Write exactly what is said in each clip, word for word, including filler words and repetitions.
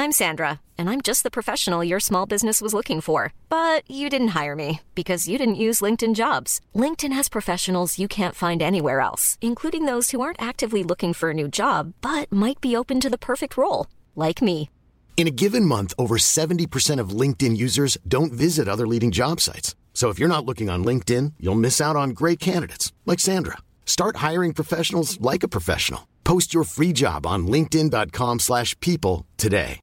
I'm Sandra, and I'm just the professional your small business was looking for. But you didn't hire me because you didn't use LinkedIn Jobs. LinkedIn has professionals you can't find anywhere else, including those who aren't actively looking for a new job, but might be open to the perfect role, like me. In a given month, over seventy percent of LinkedIn users don't visit other leading job sites. So if you're not looking on LinkedIn, you'll miss out on great candidates like Sandra. Start hiring professionals like a professional. Post your free job on linkedin.com slash people today.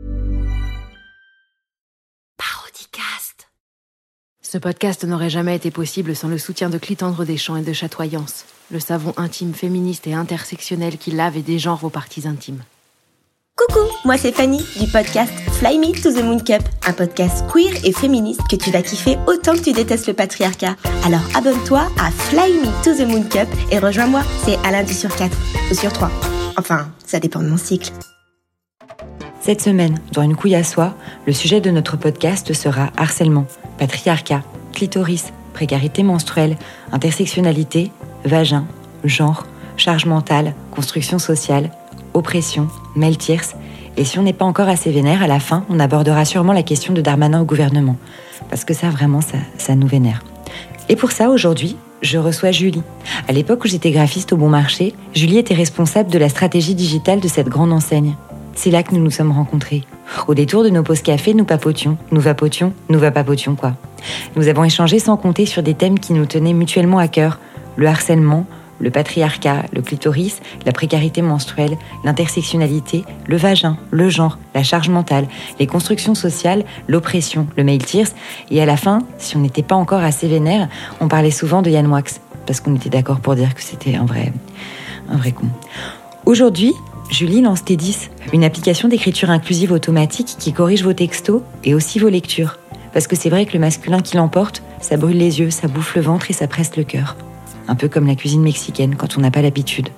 Parodicast. Ce podcast n'aurait jamais été possible sans le soutien de Clitandre Deschamps et de Chatoyance, le savon intime féministe et intersectionnel qui lave et dégenre vos parties intimes. Coucou, moi c'est Fanny du podcast Fly Me to the Moon Cup, un podcast queer et féministe que tu vas kiffer autant que tu détestes le patriarcat. Alors abonne-toi à Fly Me to the Moon Cup et rejoins-moi, c'est à lundi sur quatre ou sur trois. Enfin, ça dépend de mon cycle. Cette semaine, dans Une couille à soi, le sujet de notre podcast sera harcèlement, patriarcat, clitoris, précarité menstruelle, intersectionnalité, vagin, genre, charge mentale, construction sociale, oppression, male tears, et si on n'est pas encore assez vénère, à la fin, on abordera sûrement la question de Darmanin au gouvernement. Parce que ça, vraiment, ça, ça nous vénère. Et pour ça, aujourd'hui, je reçois Julie. À l'époque où j'étais graphiste au Bon Marché, Julie était responsable de la stratégie digitale de cette grande enseigne. C'est là que nous nous sommes rencontrés. Au détour de nos pauses café, nous papotions, nous vapotions, nous vapapotions, quoi. Nous avons échangé sans compter sur des thèmes qui nous tenaient mutuellement à cœur. Le harcèlement, le patriarcat, le clitoris, la précarité menstruelle, l'intersectionnalité, le vagin, le genre, la charge mentale, les constructions sociales, l'oppression, le male tears. Et à la fin, si on n'était pas encore assez vénère, on parlait souvent de Yann Wax, parce qu'on était d'accord pour dire que c'était un vrai, un vrai con. Aujourd'hui, Julie lance T dix, une application d'écriture inclusive automatique qui corrige vos textos et aussi vos lectures. Parce que c'est vrai que le masculin qui l'emporte, ça brûle les yeux, ça bouffe le ventre et ça presse le cœur. Un peu comme la cuisine mexicaine quand on n'a pas l'habitude.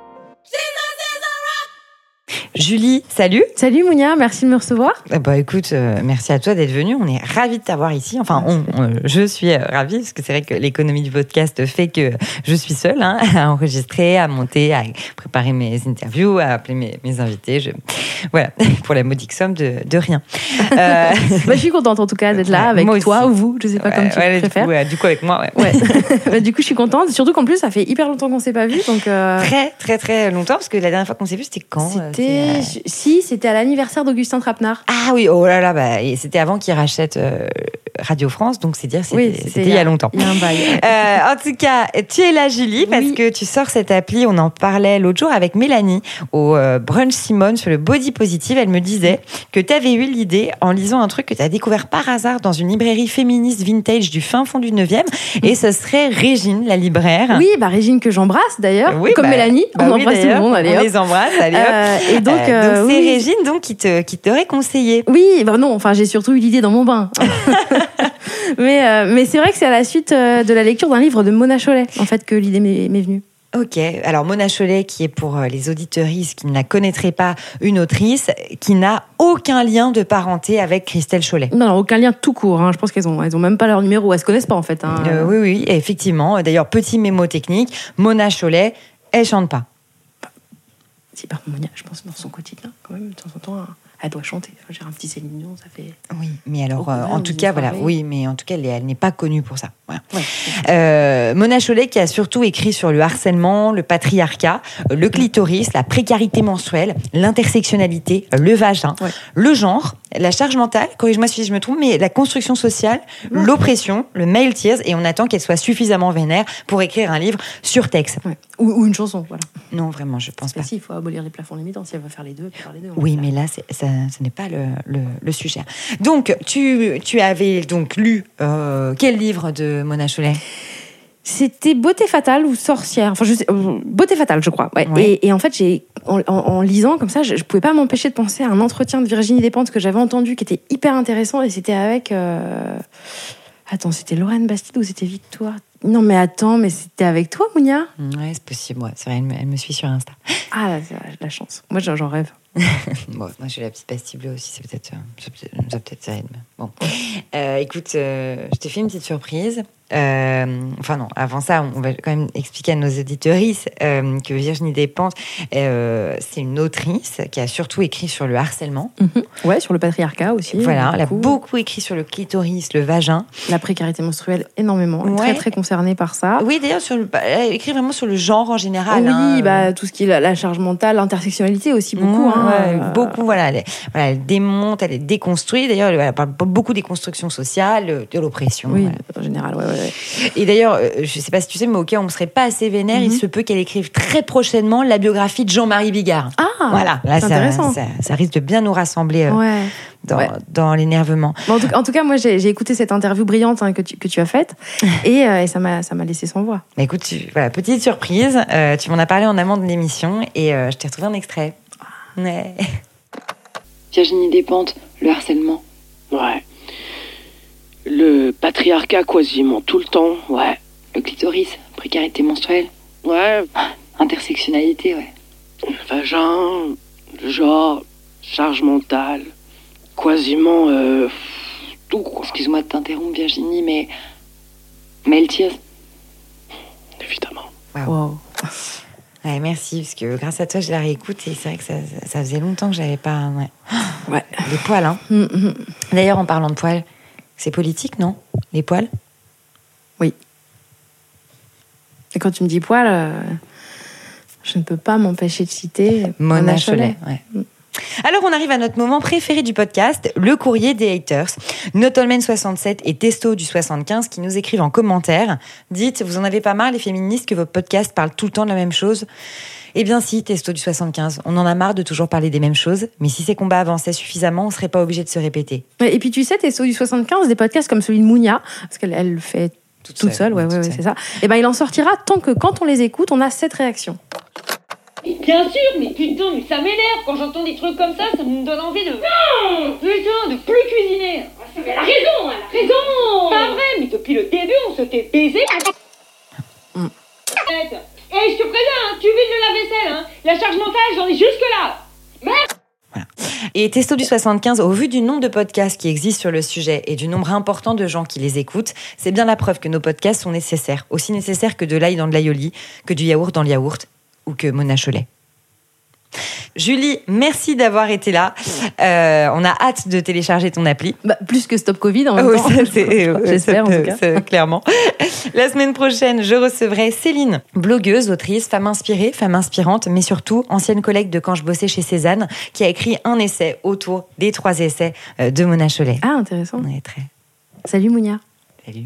Julie, salut. Salut Mounia, merci de me recevoir. Bah écoute, euh, merci à toi d'être venue. On est ravis de t'avoir ici. Enfin, on, on, je suis euh, ravie parce que c'est vrai que l'économie du podcast fait que je suis seule hein, à enregistrer, à monter, à préparer mes interviews, à appeler mes, mes invités. Je... Voilà, pour la modique somme de, de rien. Euh... bah, je suis contente en tout cas d'être là ouais, avec toi ou vous, je sais pas ouais, comme tu ouais, préfères. Du coup, ouais, du coup avec moi, ouais. ouais. bah, du coup, je suis contente. Surtout qu'en plus, ça fait hyper longtemps qu'on s'est pas vu, donc. Euh... Très, très, très longtemps parce que la dernière fois qu'on s'est vu, c'était quand C'était. Euh, Si, c'était à l'anniversaire d'Augustin Trapenard. Ah oui, oh là là, bah, et c'était avant qu'il rachète euh, Radio France, donc c'est dire c'était, oui, c'était, c'était il y a longtemps. Il y a un bail. euh, en tout cas, tu es là, Julie, parce oui. que tu sors cette appli, on en parlait l'autre jour avec Mélanie, au euh, brunch Simone sur le body positive. Elle me disait que tu avais eu l'idée en lisant un truc que tu as découvert par hasard dans une librairie féministe vintage du fin fond du neuvième, et ce serait Régine, la libraire. Oui, bah Régine que j'embrasse d'ailleurs, oui, comme bah, Mélanie, bah on oui, embrasse tout le monde, allez on hop. les embrasse, allez hop. Euh, et donc, euh, euh, donc c'est oui. Régine donc qui te qui t'aurait conseillé. Oui, bah non, enfin j'ai surtout eu l'idée dans mon bain. mais euh, mais c'est vrai que c'est à la suite euh, de la lecture d'un livre de Mona Chollet en fait que l'idée m'est, m'est venue. Ok, alors Mona Chollet, qui est pour les auditeuristes qui ne la connaîtraient pas, une autrice qui n'a aucun lien de parenté avec Christelle Chollet. Non, non, aucun lien tout court. Hein. Je pense qu'elles ont, elles ont même pas leur numéro, elles se connaissent pas en fait. Hein. Euh, oui, oui, effectivement. D'ailleurs, petit mémo technique, Mona Chollet, elle chante pas. Si, par contre, Monia, je pense dans son quotidien, quand même, de temps en temps, elle doit chanter. Enfin, j'ai un petit Céline Dion, ça fait. Oui, mais alors, euh, en tout cas, soirées. voilà, oui, mais en tout cas, elle, elle n'est pas connue pour ça. Voilà. Ouais. Euh, Mona Chollet qui a surtout écrit sur le harcèlement, le patriarcat, le clitoris, la précarité menstruelle, l'intersectionnalité, le vagin, ouais. le genre, la charge mentale, corrige-moi si je me trompe, mais la construction sociale, ouais. l'oppression, le male tears, et on attend qu'elle soit suffisamment vénère pour écrire un livre sur texte. Ouais. Ou, ou une chanson, voilà. Non, vraiment, je pense pas. pas. Si, il faut abolir les plafonds limitants. Si elle veut faire les deux, faire les deux. Oui, mais là, c'est, ça, ce n'est pas le, le, le sujet. Donc, tu, tu avais donc lu euh, quel livre de Mona Chollet ? C'était Beauté fatale ou Sorcière. Enfin, je sais, euh, Beauté fatale, je crois. Ouais. Ouais. Et, et en fait, j'ai, en, en, en lisant comme ça, je, je pouvais pas m'empêcher de penser à un entretien de Virginie Despentes que j'avais entendu, qui était hyper intéressant, et c'était avec. Euh... Attends, c'était Lorraine Bastide ou c'était Victoire ? Non, mais attends, mais c'était avec toi, Mounia ? Ouais, c'est possible. Ouais. C'est vrai, elle me, elle me suit sur Insta. Ah, la, la chance. Moi, j'en, j'en rêve. Bon, moi, j'ai la petite pastille bleue aussi. C'est peut-être, ça peut-être, ça peut-être ça aide. Bon, euh, écoute, euh, je t'ai fait une petite surprise. Euh, enfin non, avant ça, on va quand même expliquer à nos auditeuristes euh, que Virginie Despentes, euh, c'est une autrice qui a surtout écrit sur le harcèlement. Mmh. Ouais, sur le patriarcat aussi. Voilà, elle a beaucoup écrit sur le clitoris, le vagin. La précarité menstruelle, énormément. Elle est ouais. très, très concernée par ça. Oui, d'ailleurs, sur le, elle écrit vraiment sur le genre en général. Oui, hein. bah, tout ce qui est la, la charge mentale, l'intersectionnalité aussi, beaucoup. Mmh, hein. ouais, euh... Beaucoup, voilà elle, voilà. elle démonte, elle est déconstruite. D'ailleurs, elle parle beaucoup des constructions sociales, de l'oppression. Oui, voilà. en général, ouais, ouais. Et d'ailleurs, je ne sais pas si tu sais, mais au cas où on ne serait pas assez vénère, mm-hmm. il se peut qu'elle écrive très prochainement la biographie de Jean-Marie Bigard. Ah, voilà, là, c'est intéressant. Ça, ça, ça risque de bien nous rassembler euh, ouais. dans, ouais. dans l'énervement. Bon, en, tout, en tout cas, moi, j'ai, j'ai écouté cette interview brillante hein, que, tu, que tu as faite et, euh, et ça, m'a, ça m'a laissé sans voix. Mais écoute, tu, voilà, petite surprise, euh, tu m'en as parlé en amont de l'émission et euh, je t'ai retrouvé un extrait. Ouais. Virginie Despentes, le harcèlement. Ouais. Le patriarcat quasiment tout le temps, ouais. Le clitoris, précarité menstruelle. Ouais. Intersectionnalité, ouais. Vagin, genre, charge mentale, quasiment euh, tout, quoi. Excuse-moi de t'interrompre, Virginie, mais... Mais elle tire. Évidemment. Wow. wow. Ouais, merci, parce que grâce à toi, je la réécoute et c'est vrai que ça, ça faisait longtemps que je n'avais pas... Ouais. ouais. Les poils, hein. Mm-hmm. D'ailleurs, en parlant de poils... C'est politique, non ? Les poils ? Oui. Et quand tu me dis poils, euh, je ne peux pas m'empêcher de citer Mona, Mona Chollet. Ouais. Mm. Alors, on arrive à notre moment préféré du podcast, le courrier des haters. Notolmen soixante-sept et Testo du soixante-quinze qui nous écrivent en commentaire. Dites, vous en avez pas marre, les féministes, que votre podcast parle tout le temps de la même chose ? Eh bien si, Testo du soixante-quinze, on en a marre de toujours parler des mêmes choses, mais si ces combats avançaient suffisamment, on ne serait pas obligé de se répéter. Et puis tu sais, Testo du soixante-quinze, des podcasts comme celui de Mounia, parce qu'elle elle le fait toute, toute seule, seule ouais, toute ouais, seule. C'est ça. Et ben il en sortira tant que quand on les écoute, on a cette réaction. Bien sûr, mais putain, mais ça m'énerve quand j'entends des trucs comme ça, ça me donne envie de... Non, putain, de plus cuisiner. Elle a raison, elle a raison. Pas vrai, mais depuis le début, on se fait baiser. Mm. Eh, hey, je te préviens, hein, tu vides le lave-vaisselle, hein. La charge mentale, j'en ai jusque-là. Merde. Voilà. Et Testo du soixante-quinze, au vu du nombre de podcasts qui existent sur le sujet et du nombre important de gens qui les écoutent, c'est bien la preuve que nos podcasts sont nécessaires. Aussi nécessaires que de l'ail dans de l'aioli, que du yaourt dans le yaourt ou que Mona Chollet. Julie, merci d'avoir été là. Euh, on a hâte de télécharger ton appli. Bah, plus que Stop Covid en même oh, temps. Ça, c'est, J'espère ça, en tout cas. Ça, clairement. La semaine prochaine, je recevrai Céline, blogueuse, autrice, femme inspirée, femme inspirante, mais surtout ancienne collègue de quand je bossais chez Cézanne, qui a écrit un essai autour des trois essais de Mona Chollet. Ah, intéressant. Ouais, très. Salut Mounia. Salut.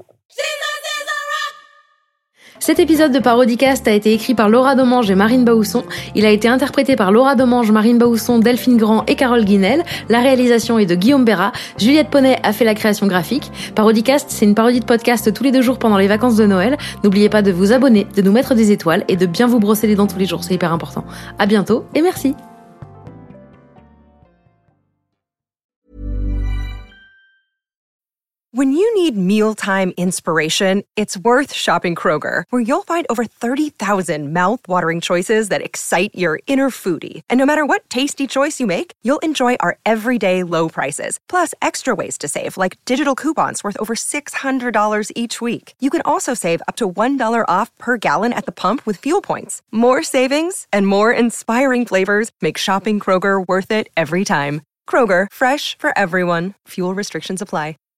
Cet épisode de Parodicast a été écrit par Laura Domange et Marine Baousson. Il a été interprété par Laura Domange, Marine Baousson, Delphine Grand et Carole Guinel. La réalisation est de Guillaume Bérat. Juliette Poney a fait la création graphique. Parodicast, c'est une parodie de podcast tous les deux jours pendant les vacances de Noël. N'oubliez pas de vous abonner, de nous mettre des étoiles et de bien vous brosser les dents tous les jours. C'est hyper important. À bientôt et merci. When you need mealtime inspiration, it's worth shopping Kroger, where you'll find over thirty thousand mouth-watering choices that excite your inner foodie. And no matter what tasty choice you make, you'll enjoy our everyday low prices, plus extra ways to save, like digital coupons worth over six hundred dollars each week. You can also save up to one dollar off per gallon at the pump with fuel points. More savings and more inspiring flavors make shopping Kroger worth it every time. Kroger, fresh for everyone. Fuel restrictions apply.